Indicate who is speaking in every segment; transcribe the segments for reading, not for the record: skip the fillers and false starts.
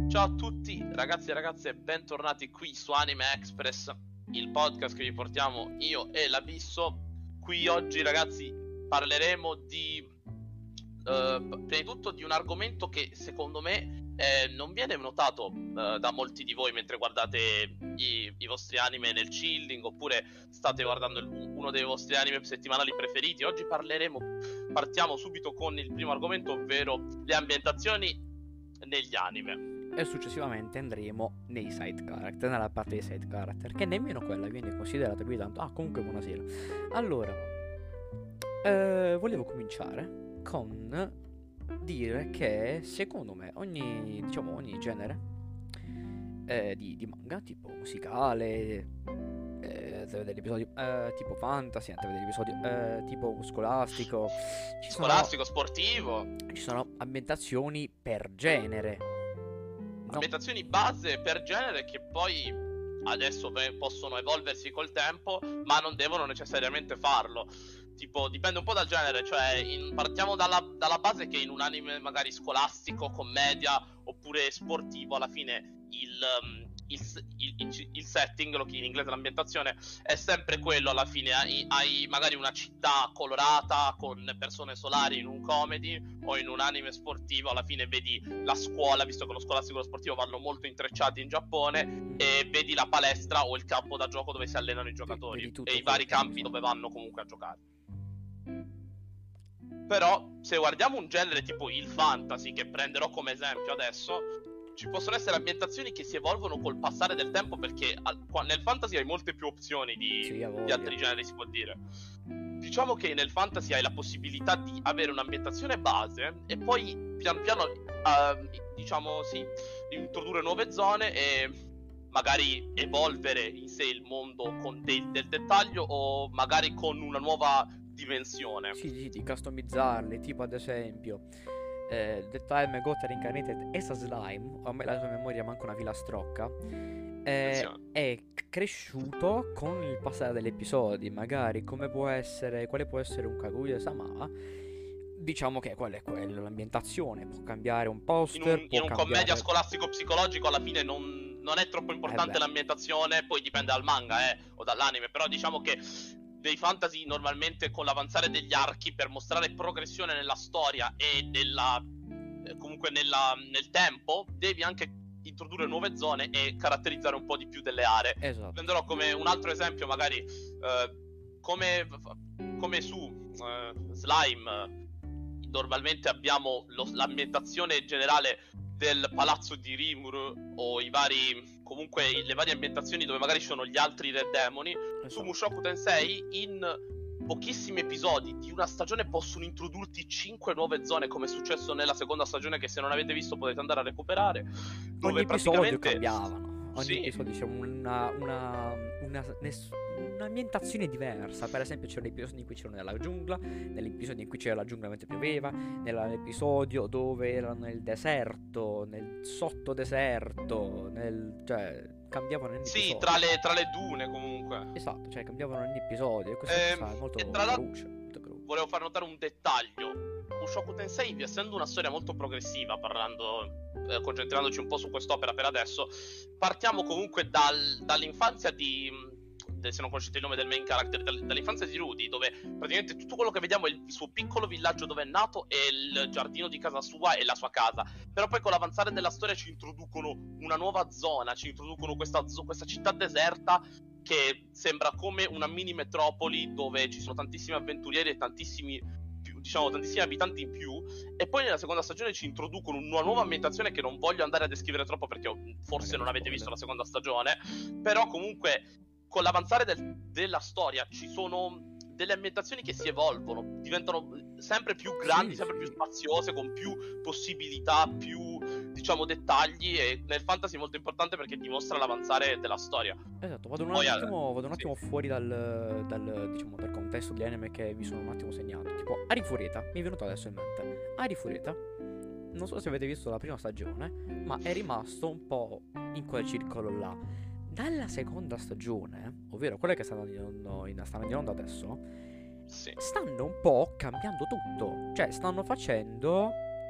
Speaker 1: Ciao a tutti ragazzi e ragazze, bentornati qui su Anime Express, il podcast che vi portiamo io e l'Abisso. Qui oggi ragazzi parleremo prima di tutto di un argomento che secondo me non viene notato da molti di voi mentre guardate i vostri anime nel chilling, oppure state guardando uno dei vostri anime settimanali preferiti. Oggi partiamo subito con il primo argomento, ovvero le ambientazioni negli anime.
Speaker 2: E successivamente andremo nei side character, nella parte dei side character, che nemmeno quella viene considerata più tanto. Comunque buonasera. Allora, volevo cominciare con dire che secondo me ogni genere di manga, tipo musicale, degli episodi tipo fantasy, degli episodi tipo scolastico,
Speaker 1: Sportivo,
Speaker 2: ci sono ambientazioni per genere.
Speaker 1: Ambientazioni base per genere che poi adesso possono evolversi col tempo, ma non devono necessariamente farlo. Tipo, dipende un po' dal genere, cioè partiamo dalla base che in un anime magari scolastico, commedia oppure sportivo, alla fine il setting, lo che in inglese l'ambientazione, è sempre quello. Alla fine hai magari una città colorata con persone solari in un comedy, o in un anime sportivo alla fine vedi la scuola, visto che lo scolastico e lo sportivo vanno molto intrecciati in Giappone, e vedi la palestra o il campo da gioco dove si allenano i giocatori e i vari campi dove vanno comunque a giocare. Però se guardiamo un genere tipo il fantasy, che prenderò come esempio adesso, ci possono essere ambientazioni che si evolvono col passare del tempo, perché nel fantasy hai molte più opzioni di altri generi, si può dire. Diciamo che nel fantasy hai la possibilità di avere un'ambientazione base e poi pian piano introdurre nuove zone e magari evolvere in sé il mondo con del dettaglio, o magari con una nuova dimensione.
Speaker 2: Sì, di customizzarli, tipo ad esempio The Time Got Reincarnated as a Slime, a me la sua memoria manca una filastrocca, è cresciuto con il passare degli episodi. Magari quale può essere un Kaguya-sama, diciamo che quello è quello, l'ambientazione può cambiare un poster,
Speaker 1: in un commedia scolastico psicologico alla fine non è troppo importante l'ambientazione, poi dipende dal manga o dall'anime, però diciamo che dei fantasy normalmente con l'avanzare degli archi, per mostrare progressione nella storia e nel tempo, devi anche introdurre nuove zone e caratterizzare un po' di più delle aree.
Speaker 2: Esatto.
Speaker 1: Prenderò come un altro esempio magari come su Slime. Normalmente abbiamo l'ambientazione generale del palazzo di Rimuru, o le varie ambientazioni dove magari ci sono gli altri re demoni.
Speaker 2: Esatto.
Speaker 1: Su Mushoku Tensei in pochissimi episodi di una stagione possono introdurti 5 nuove zone, come è successo nella seconda stagione, che se non avete visto potete andare a recuperare, dove
Speaker 2: ogni
Speaker 1: praticamente
Speaker 2: episodio cambiavano. Ogni episodio c'è un'ambientazione diversa. Per esempio c'erano episodi in cui c'erano nella giungla, nell'episodio in cui c'era la giungla mentre pioveva, nell'episodio dove erano nel deserto, nel sottodeserto, cambiavano ogni episodio.
Speaker 1: Sì, tra le dune comunque.
Speaker 2: Esatto, cioè cambiavano ogni episodio, e questo è molto veloce.
Speaker 1: Volevo far notare un dettaglio. Mushoku Tensei, essendo una storia molto progressiva, concentrandoci un po' su quest'opera per adesso, partiamo comunque dall'infanzia se non conoscete il nome del main character, dall'infanzia di Rudy, dove praticamente tutto quello che vediamo è il suo piccolo villaggio dove è nato, e il giardino di casa sua e la sua casa. Però poi con l'avanzare della storia ci introducono una nuova zona, ci introducono questa città deserta che sembra come una mini metropoli, dove ci sono tantissimi avventurieri e tantissimi abitanti in più. E poi nella seconda stagione ci introducono una nuova ambientazione che non voglio andare a descrivere troppo, perché forse non avete visto la seconda stagione. Però comunque con l'avanzare della storia ci sono delle ambientazioni che si evolvono, diventano sempre più grandi, sempre più spaziose, con più possibilità, più dettagli, e nel fantasy è molto importante perché dimostra l'avanzare della storia.
Speaker 2: Esatto, vado un attimo fuori dal contesto di anime che mi sono un attimo segnato. Tipo Arifureta, mi è venuto adesso in mente. Arifureta, non so se avete visto la prima stagione, ma è rimasto un po' in quel circolo là. Dalla seconda stagione, ovvero quella che stanno in onda adesso, stanno un po' cambiando tutto. Cioè stanno facendo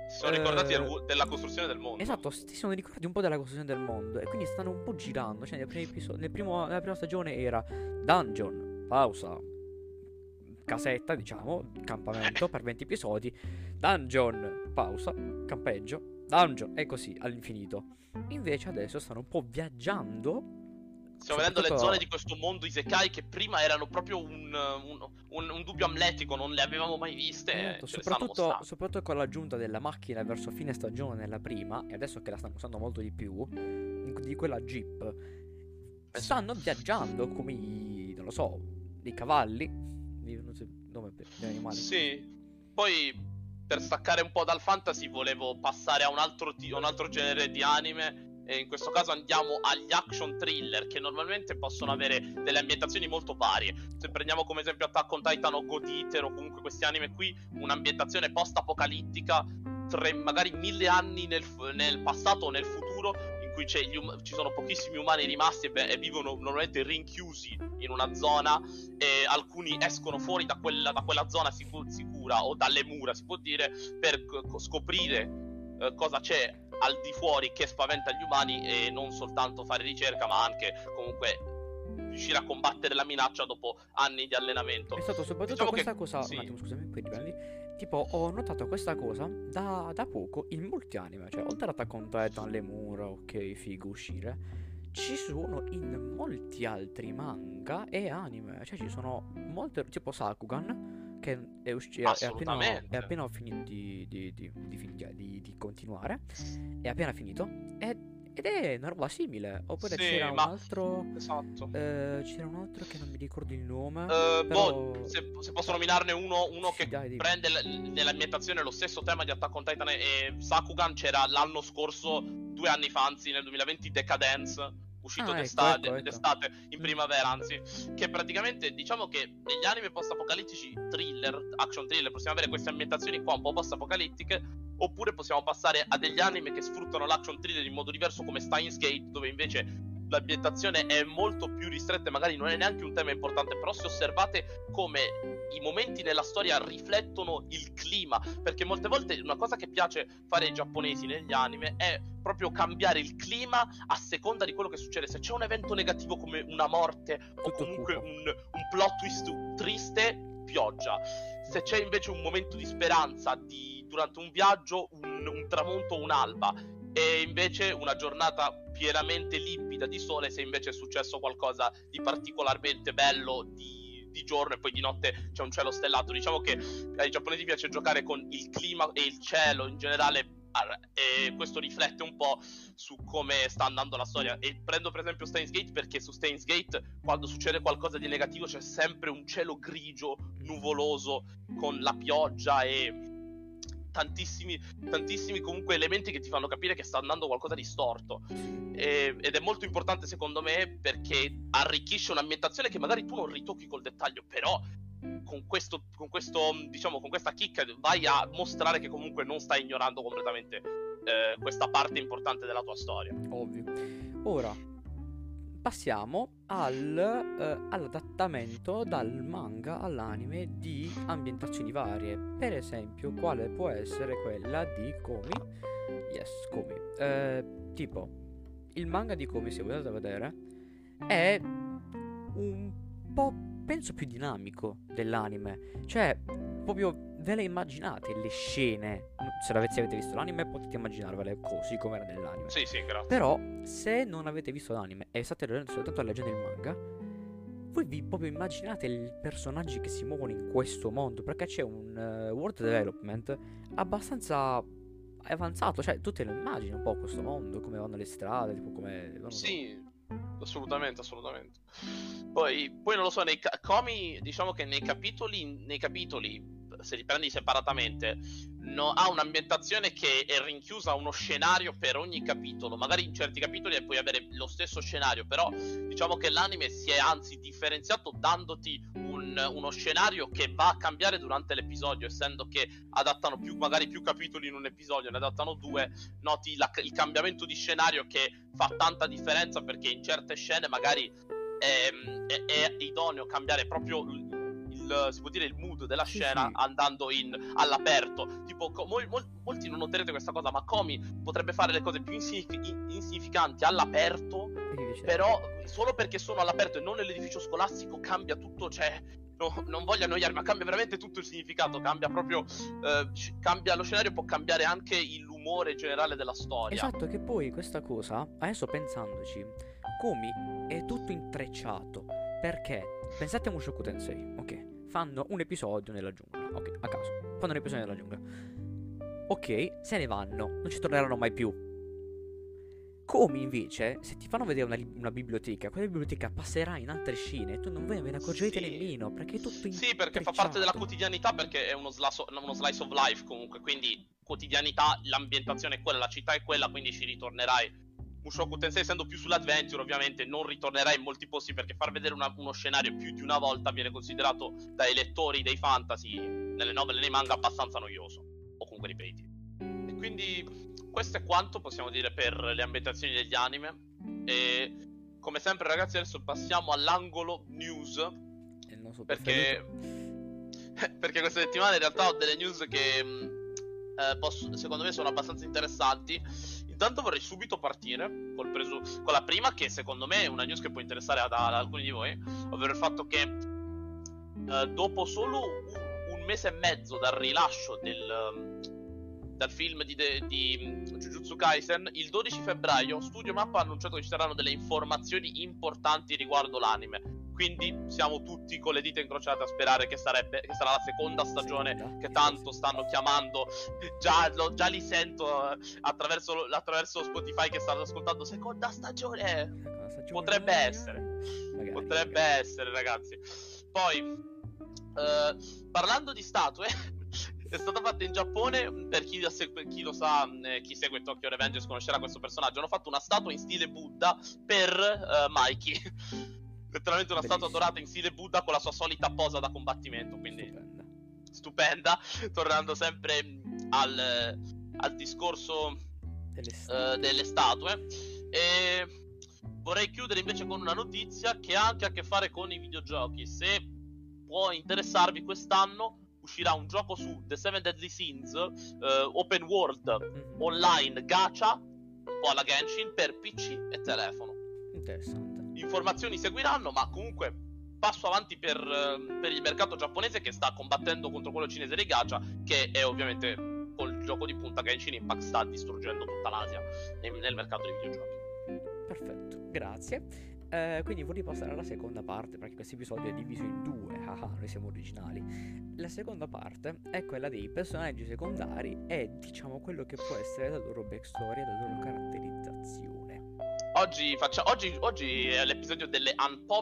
Speaker 1: Si sono ricordati della costruzione del mondo.
Speaker 2: Esatto, si sono ricordati un po' della costruzione del mondo e quindi stanno un po' girando. Cioè, nella prima stagione era dungeon, pausa, casetta, diciamo, campamento per 20 episodi, dungeon, pausa, campeggio, dungeon e così all'infinito. Invece adesso stanno un po' viaggiando.
Speaker 1: Stiamo vedendo le zone di questo mondo Isekai che prima erano proprio un dubbio amletico, non le avevamo mai viste.
Speaker 2: Soprattutto con l'aggiunta della macchina verso fine stagione nella prima, e adesso che la stanno usando molto di più, di quella Jeep, stanno viaggiando come non lo so, dei cavalli, non so nome per gli animali.
Speaker 1: Sì, poi per staccare un po' dal fantasy volevo passare a un altro genere di anime. E in questo caso andiamo agli action thriller, che normalmente possono avere delle ambientazioni molto varie. Se prendiamo come esempio Attack on Titan o God Eater o comunque questi anime qui, un'ambientazione post-apocalittica, magari 1000 anni nel passato o nel futuro, in cui ci sono pochissimi umani rimasti e vivono normalmente rinchiusi in una zona, e alcuni escono fuori da quella zona sicura o dalle mura, si può dire, per scoprire cosa c'è al di fuori che spaventa gli umani, e non soltanto fare ricerca ma anche comunque riuscire a combattere la minaccia dopo anni di allenamento.
Speaker 2: È stato soprattutto questa cosa. Sì. Un attimo, scusami, poi riprendi. Tipo, ho notato questa cosa da poco in molti anime. Cioè, oltre ad Attack on Titan, le mura, ok, figo uscire, ci sono in molti altri manga e anime. Cioè, ci sono molte, tipo Sakugan, che è appena finito di continuare. È appena finito. Ed è una roba simile. Oppure c'era un altro.
Speaker 1: Esatto.
Speaker 2: C'era un altro che non mi ricordo il nome.
Speaker 1: Però... se posso nominarne uno che prende nell'ambientazione lo stesso tema di Attack on Titan e Sakugan, c'era l'anno scorso, 2 anni fa, anzi nel 2020, Decadence, uscito d'estate, in primavera anzi, che praticamente diciamo che negli anime post-apocalittici action thriller, possiamo avere queste ambientazioni qua un po' post-apocalittiche, oppure possiamo passare a degli anime che sfruttano l'action thriller in modo diverso come Steins Gate, dove invece l'ambientazione è molto più ristretta e magari non è neanche un tema importante, però se osservate come i momenti nella storia riflettono il clima, perché molte volte una cosa che piace fare ai giapponesi negli anime è proprio cambiare il clima a seconda di quello che succede. Se c'è un evento negativo come una morte o comunque un plot twist triste, pioggia. Se c'è invece un momento di speranza durante un viaggio, un tramonto, un'alba, e invece una giornata pienamente limpida di sole, se invece è successo qualcosa di particolarmente bello di giorno e poi di notte c'è un cielo stellato. Diciamo che ai giapponesi piace giocare con il clima e il cielo in generale, e questo riflette un po' su come sta andando la storia. E prendo per esempio Steins Gate perché su Steins Gate, quando succede qualcosa di negativo, c'è sempre un cielo grigio, nuvoloso, con la pioggia e tantissimi comunque elementi che ti fanno capire che sta andando qualcosa di storto, ed è molto importante secondo me, perché arricchisce un'ambientazione che magari tu non ritocchi col dettaglio, però con questo diciamo, con questa chicca vai a mostrare che comunque non stai ignorando completamente questa parte importante della tua storia.
Speaker 2: Ovvio. Ora passiamo all'adattamento dal manga all'anime di ambientazioni varie. Per esempio, quale può essere quella di Komi. Yes, Komi. Tipo, il manga di Komi, se volete vedere, è un po', penso, più dinamico dell'anime. Cioè, proprio ve le immaginate le scene. Se avete visto l'anime potete immaginarvele così come era nell'anime.
Speaker 1: Sì, grazie.
Speaker 2: Però se non avete visto l'anime e state soltanto leggendo il manga, voi vi proprio immaginate i personaggi che si muovono in questo mondo, perché c'è un world development abbastanza avanzato. Cioè tu te lo immagini un po' questo mondo, come vanno le strade, tipo come...
Speaker 1: Sì, assolutamente. Poi non lo so, Komi, diciamo che nei capitoli, se li prendi separatamente, ha un'ambientazione che è rinchiusa a uno scenario per ogni capitolo. Magari in certi capitoli puoi avere lo stesso scenario, però diciamo che l'anime si è anzi differenziato dandoti uno scenario che va a cambiare durante l'episodio, essendo che adattano magari più capitoli in un episodio, ne adattano 2, noti il cambiamento di scenario che fa tanta differenza, perché in certe scene magari è idoneo cambiare proprio si può dire il mood della
Speaker 2: Sì,
Speaker 1: scena
Speaker 2: sì.
Speaker 1: andando all'aperto. Tipo, molti non noterete questa cosa, ma Komi potrebbe fare le cose più insignificanti all'aperto,
Speaker 2: E mi piace.
Speaker 1: però solo perché sono all'aperto e non nell'edificio scolastico cambia tutto, cioè non voglio annoiarmi, ma cambia veramente tutto il significato, cambia proprio, cambia lo scenario, può cambiare anche l'umore generale della storia.
Speaker 2: Esatto, che poi questa cosa, adesso pensandoci, Komi è tutto intrecciato. Perché? Pensate a Mushoku Tensei, ok? Fanno un episodio nella giungla, ok, a caso. Fanno un episodio nella giungla. Ok, se ne vanno, non ci torneranno mai più. Come invece, se ti fanno vedere una biblioteca, quella biblioteca passerà in altre scene e tu non ve ne accorgerete
Speaker 1: Sì.
Speaker 2: nemmeno, perché è tutto
Speaker 1: Sì, perché fa parte della
Speaker 2: intrecciato.
Speaker 1: quotidianità, perché è uno slice of life comunque, quindi quotidianità, l'ambientazione è quella, la città è quella, quindi ci ritornerai. Mushoku Tensei, essendo più sull'adventure, ovviamente non ritornerai in molti posti, perché far vedere uno scenario più di una volta viene considerato dai lettori dei fantasy, nelle novelle, nei manga, abbastanza noioso, o comunque ripeti. E quindi questo è quanto possiamo dire per le ambientazioni degli anime. E come sempre, ragazzi, adesso passiamo all'angolo news,
Speaker 2: È il nostro
Speaker 1: perché
Speaker 2: preferito.
Speaker 1: perché questa settimana in realtà ho delle news che secondo me sono abbastanza interessanti. Intanto vorrei subito partire con la prima, che secondo me è una news che può interessare ad alcuni di voi, ovvero il fatto che dopo solo un mese e mezzo dal rilascio dal film di Jujutsu Kaisen, il 12 febbraio Studio Mappa ha annunciato che ci saranno delle informazioni importanti riguardo l'anime. Quindi siamo tutti con le dita incrociate a sperare che sarà la seconda stagione che tanto stanno chiamando. Già li sento attraverso Spotify che stanno ascoltando. Seconda stagione! Potrebbe essere.
Speaker 2: Magari,
Speaker 1: Potrebbe essere, ragazzi. Poi, parlando di statue, è stata fatta in Giappone. Per chi lo sa, chi segue Tokyo Revengers conoscerà questo personaggio. Hanno fatto una statua in stile Buddha per Mikey. Letteralmente una statua dorata in stile Buddha con la sua solita posa da combattimento. Quindi stupenda. Tornando sempre al discorso delle statue. E vorrei chiudere invece con una notizia che ha anche a che fare con i videogiochi. Se può interessarvi, quest'anno uscirà un gioco su The Seven Deadly Sins, open world, online, gacha, un po' alla Genshin, per PC e telefono.
Speaker 2: Interessante.
Speaker 1: Informazioni seguiranno, ma comunque passo avanti per il mercato giapponese, che sta combattendo contro quello cinese dei gacha, che è ovviamente col gioco di punta Genshin Impact sta distruggendo tutta l'Asia nel mercato dei videogiochi.
Speaker 2: Perfetto, grazie. Quindi vorrei passare alla seconda parte, perché questo episodio è diviso in due. Noi siamo originali. La seconda parte è quella dei personaggi secondari e diciamo quello che può essere la loro backstory e la loro caratterizzazione.
Speaker 1: Oggi è l'episodio delle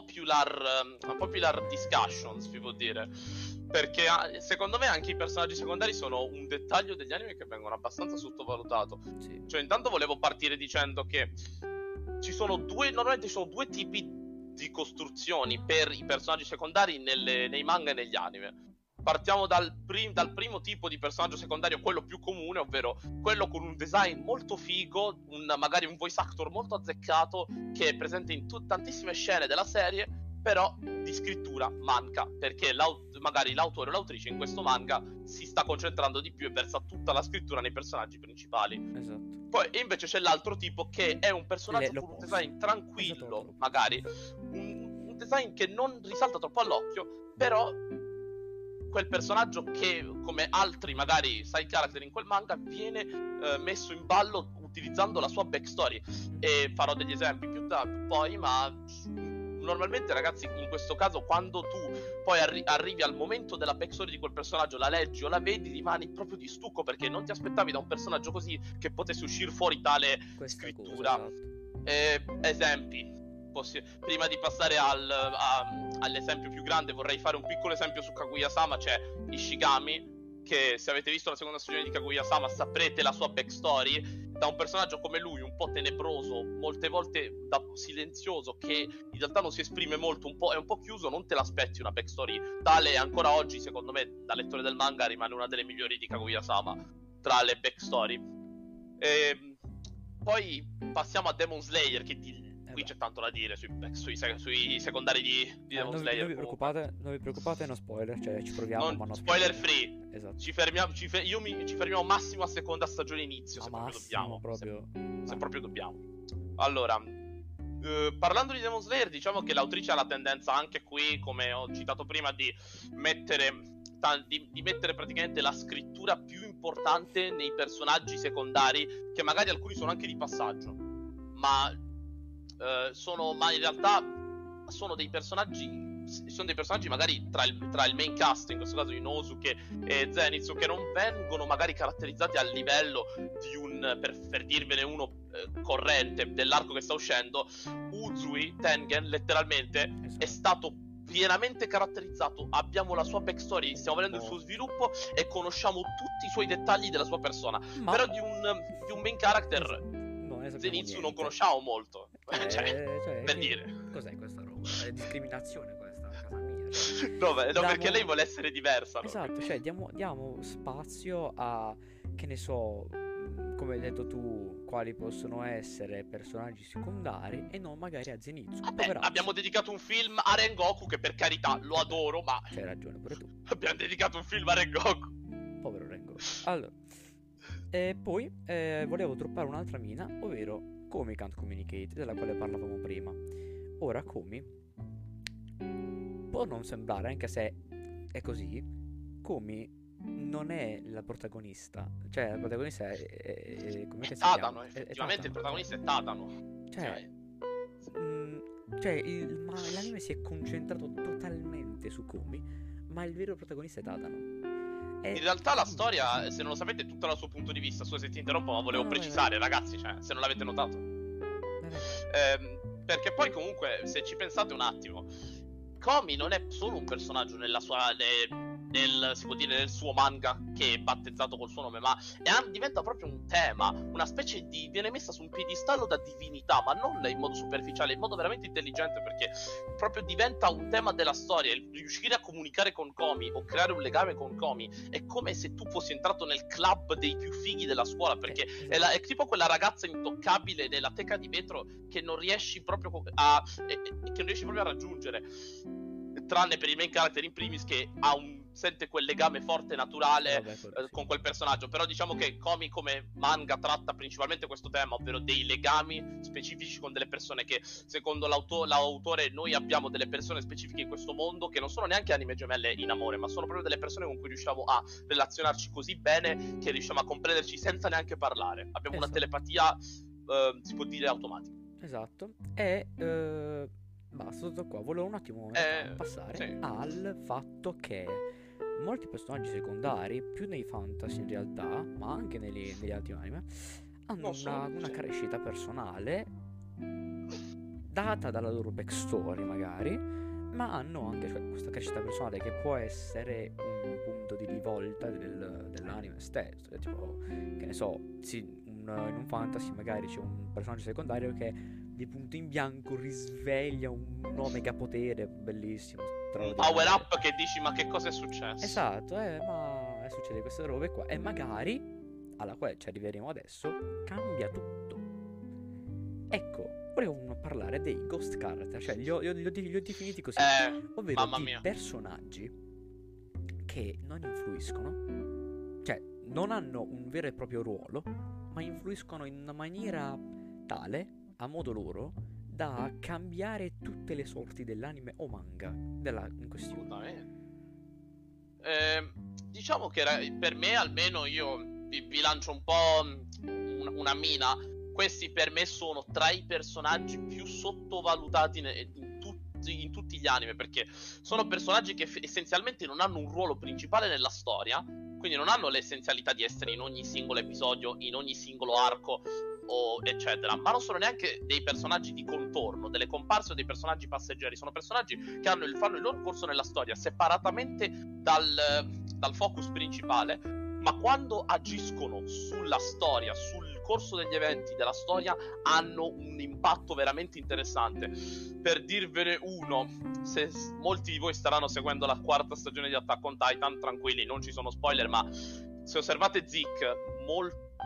Speaker 1: unpopular discussions, si può dire. Perché secondo me anche i personaggi secondari sono un dettaglio degli anime che vengono abbastanza sottovalutato.
Speaker 2: Sì.
Speaker 1: Cioè, intanto volevo partire dicendo che normalmente ci sono due tipi di costruzioni per i personaggi secondari nei manga e negli anime. Partiamo dal primo tipo di personaggio secondario, quello più comune, ovvero quello con un design molto figo, magari un voice actor molto azzeccato, che è presente in tantissime scene della serie, però di scrittura manca, perché magari l'autore o l'autrice in questo manga si sta concentrando di più e versa tutta la scrittura nei personaggi principali.
Speaker 2: Esatto.
Speaker 1: Poi invece c'è l'altro tipo, che è un personaggio con un design tranquillo, magari un design che non risalta troppo all'occhio, però quel personaggio che, come altri magari side character in quel manga, viene messo in ballo utilizzando la sua backstory. E farò degli esempi più poi, ma normalmente, ragazzi, in questo caso, quando tu poi arrivi al momento della backstory di quel personaggio, la leggi o la vedi, rimani proprio di stucco, perché non ti aspettavi da un personaggio così che potesse uscire fuori tale scrittura.
Speaker 2: Cosa, esatto.
Speaker 1: Esempi. Prima di passare all'esempio più grande, vorrei fare un piccolo esempio su Kaguya-sama. C'è Ishigami, che se avete visto la seconda stagione di Kaguya-sama saprete la sua backstory. Da un personaggio come lui, un po' tenebroso, molte volte silenzioso, che in realtà non si esprime molto, è un po' chiuso, non te l'aspetti una backstory tale. Ancora oggi, secondo me, da lettore del manga, rimane una delle migliori di Kaguya-sama tra le backstory. Poi passiamo a Demon Slayer, che qui c'è tanto da dire sui secondari di Demon Slayer.
Speaker 2: Non vi preoccupate, no spoiler, cioè ci proviamo, ma no
Speaker 1: spoiler free.
Speaker 2: Esatto.
Speaker 1: Ci fermiamo massimo a seconda stagione inizio, se proprio dobbiamo. Se proprio dobbiamo. Allora, parlando di Demon Slayer, diciamo che l'autrice ha la tendenza anche qui, come ho citato prima, di mettere praticamente la scrittura più importante nei personaggi secondari, che magari alcuni sono anche di passaggio, ma in realtà sono dei personaggi magari tra il main cast, in questo caso Inosuke e Zenitsu, che non vengono magari caratterizzati a livello di per dirvene uno corrente dell'arco che sta uscendo. Uzui Tengen letteralmente è stato pienamente caratterizzato, abbiamo la sua backstory, stiamo vedendo il suo sviluppo e conosciamo tutti i suoi dettagli della sua persona, però di un main character Zenitsu non conosciamo molto. Per dire,
Speaker 2: cos'è questa roba? È discriminazione questa, a casa mia, cioè.
Speaker 1: No, perché lei vuole essere diversa, no?
Speaker 2: Esatto, cioè diamo spazio a, che ne so, come hai detto tu, quali possono essere personaggi secondari e non magari a Zenitsu.
Speaker 1: Abbiamo dedicato un film a Rengoku, che per carità lo adoro, ma
Speaker 2: c'hai ragione pure tu.
Speaker 1: Abbiamo dedicato un film a Rengoku.
Speaker 2: Povero Rengoku. Allora, e poi volevo droppare un'altra mina, ovvero Komi Can't Communicate, della quale parlavamo prima. Ora Komi può non sembrare, anche se è così, Komi non è la protagonista, cioè la protagonista è come
Speaker 1: è Tadano, effettivamente il protagonista è Tadano.
Speaker 2: Ma l'anime si è concentrato totalmente su Komi, ma il vero protagonista è Tadano.
Speaker 1: In realtà la storia, se non lo sapete, è tutta dal suo punto di vista. Scusa se ti interrompo, ma volevo precisare, ragazzi, cioè, se non l'avete notato. Perché poi comunque, se ci pensate un attimo, Komi non è solo un personaggio si può dire nel suo manga, che è battezzato col suo nome, ma diventa proprio un tema, una specie di... viene messa su un piedistallo da divinità, ma non in modo superficiale, in modo veramente intelligente, perché proprio diventa un tema della storia. Il riuscire a comunicare con Komi o creare un legame con Komi è come se tu fossi entrato nel club dei più fighi della scuola, perché è tipo quella ragazza intoccabile della teca di vetro che non riesci proprio a raggiungere, tranne per il main character in primis, che sente quel legame forte naturale con quel personaggio. Però diciamo che Komi come manga tratta principalmente questo tema, ovvero dei legami specifici con delle persone, che secondo l'autore noi abbiamo delle persone specifiche in questo mondo che non sono neanche anime gemelle in amore, ma sono proprio delle persone con cui riusciamo a relazionarci così bene che riusciamo a comprenderci senza neanche parlare. Abbiamo una telepatia si può dire automatica.
Speaker 2: Esatto. E basta, tutto qua. Volevo un attimo passare al fatto che molti personaggi secondari, più nei fantasy in realtà, ma anche negli altri anime, hanno una crescita personale data dalla loro backstory magari, ma hanno anche questa crescita personale che può essere un punto di rivolta dell'anime stesso. Tipo, che ne so, in un fantasy magari c'è un personaggio secondario che di punto in bianco risveglia un omega potere bellissimo,
Speaker 1: un power up che dici ma che cosa è successo?
Speaker 2: Esatto, ma succede queste robe qua, e magari alla quale ci arriveremo adesso cambia tutto. Ecco, volevo parlare dei ghost character, cioè li ho definiti così, ovvero di personaggi che non influiscono, cioè non hanno un vero e proprio ruolo, ma influiscono in una maniera tale, a modo loro, da cambiare tutte le sorti dell'anime o manga in questione.
Speaker 1: Diciamo che per me, almeno, io vi lancio un po' una mina. Questi per me sono tra i personaggi più sottovalutati in tutti gli anime, perché sono personaggi che essenzialmente non hanno un ruolo principale nella storia, quindi non hanno l'essenzialità di essere in ogni singolo episodio, in ogni singolo arco eccetera, ma non sono neanche dei personaggi di contorno, delle comparse o dei personaggi passeggeri. Sono personaggi che fanno il loro corso nella storia separatamente dal focus principale, ma quando agiscono sulla storia, sul corso degli eventi della storia, hanno un impatto veramente interessante. Per dirvene uno, se molti di voi staranno seguendo la quarta stagione di Attack on Titan, tranquilli, non ci sono spoiler, ma se osservate Zeke,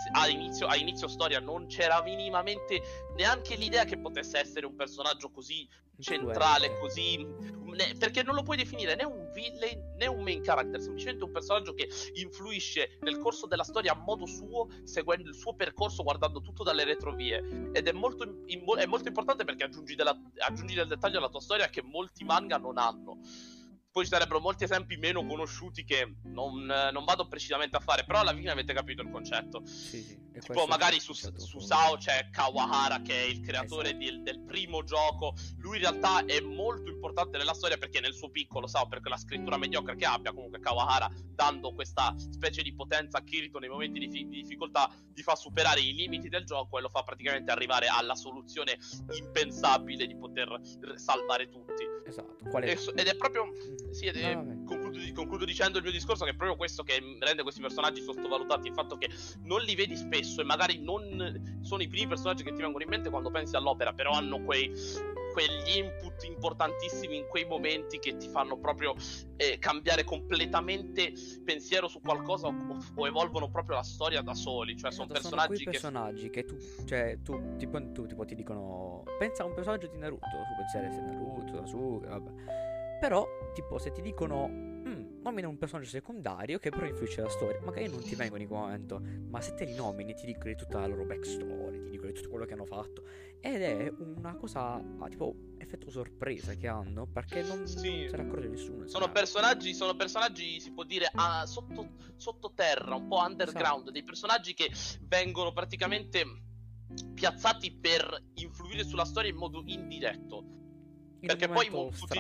Speaker 1: a inizio storia non c'era minimamente neanche l'idea che potesse essere un personaggio così centrale, così perché non lo puoi definire né un villain né un main character, semplicemente un personaggio che influisce nel corso della storia a modo suo, seguendo il suo percorso, guardando tutto dalle retrovie, ed è molto importante perché aggiungi del dettaglio alla tua storia che molti manga non hanno. Poi ci sarebbero molti esempi meno conosciuti che non vado precisamente a fare, però alla fine avete capito il concetto.
Speaker 2: Sì.
Speaker 1: Tipo magari su Sao c'è Kawahara, che è il creatore del primo gioco. Lui in realtà è molto importante nella storia perché nel suo piccolo Sao, perché la scrittura mediocre che abbia, comunque Kawahara, dando questa specie di potenza a Kirito nei momenti di difficoltà, gli fa superare i limiti del gioco e lo fa praticamente arrivare alla soluzione impensabile di poter salvare tutti.
Speaker 2: Esatto.
Speaker 1: Ed è proprio... Sì, concludo dicendo il mio discorso, che è proprio questo che rende questi personaggi sottovalutati, il fatto che non li vedi spesso e magari non sono i primi personaggi che ti vengono in mente quando pensi all'opera, però hanno quegli input importantissimi in quei momenti che ti fanno proprio cambiare completamente pensiero su qualcosa o evolvono proprio la storia da soli. Cioè sono personaggi
Speaker 2: che tu tipo ti dicono pensa a un personaggio di Naruto, tu penseresti a Naruto, Sasuke, vabbè. Però, tipo, se ti dicono nomina un personaggio secondario che però influisce la storia, magari non ti vengono in quel momento, ma se te li nomini ti dicono di tutta la loro backstory, ti dicono di tutto quello che hanno fatto. Ed è una cosa, tipo, effetto sorpresa che hanno, perché non se ne accorge nessuno.
Speaker 1: Sono personaggi, si può dire, sottoterra, un po' underground, esatto. Dei personaggi che vengono praticamente piazzati per influire sulla storia in modo indiretto. Perché poi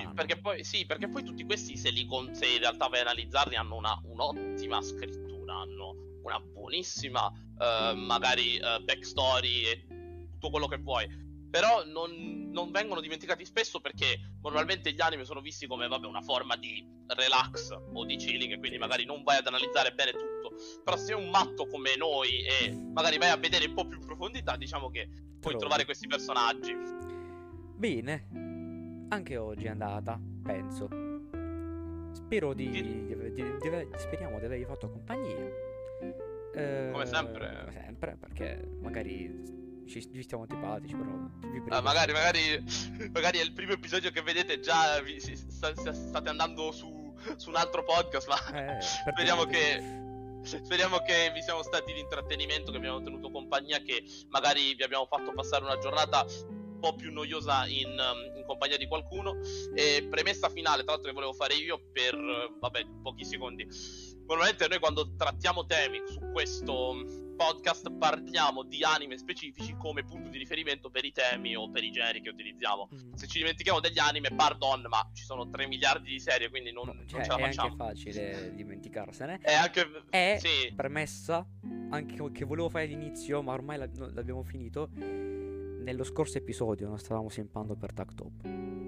Speaker 1: tutti questi, se in realtà vai a analizzarli, hanno un'ottima scrittura, hanno una buonissima magari backstory e tutto quello che vuoi. Però non vengono dimenticati spesso perché normalmente gli anime sono visti come una forma di relax o di chilling, e quindi magari non vai ad analizzare bene tutto. Però se sei un matto come noi e magari vai a vedere un po' più in profondità, diciamo che puoi trovare questi personaggi.
Speaker 2: Bene. Anche oggi è andata, penso. Speriamo di avergli fatto compagnia.
Speaker 1: Come sempre.
Speaker 2: Come sempre, perché magari ci stiamo antipatici, però
Speaker 1: magari è il primo episodio che vedete, già state andando su un altro podcast, ma speriamo che vi siamo stati di intrattenimento, che abbiamo tenuto compagnia, che magari vi abbiamo fatto passare una giornata un po' più noiosa in compagnia di qualcuno. E premessa finale, tra l'altro, che volevo fare io per pochi secondi. Normalmente noi quando trattiamo temi su questo podcast parliamo di anime specifici come punto di riferimento per i temi o per i generi che utilizziamo. Se ci dimentichiamo degli anime, pardon, ma ci sono 3 miliardi di serie, quindi non ce la facciamo.
Speaker 2: È anche facile dimenticarsene.
Speaker 1: Sì.
Speaker 2: Premessa anche che volevo fare all'inizio, ma ormai l'abbiamo finito. Nello scorso episodio non stavamo simpando per Tactop.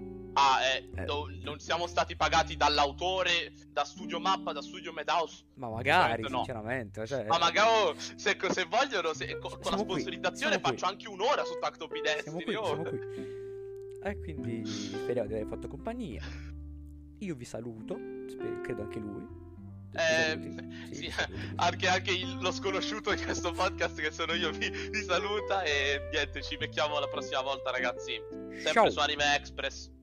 Speaker 1: Non siamo stati pagati dall'autore, da Studio Mappa, da Studio Madhouse.
Speaker 2: Ma magari, sinceramente. Cioè...
Speaker 1: Ma magari, se vogliono, con la sponsorizzazione faccio anche un'ora su Tactop Destiny.
Speaker 2: Siamo qui. E quindi speriamo di aver fatto compagnia. Io vi saluto, credo anche lui.
Speaker 1: Sì, anche lo sconosciuto di questo podcast, che sono io, vi saluta. E niente, ci becchiamo la prossima volta, ragazzi. Sempre su Anime Express.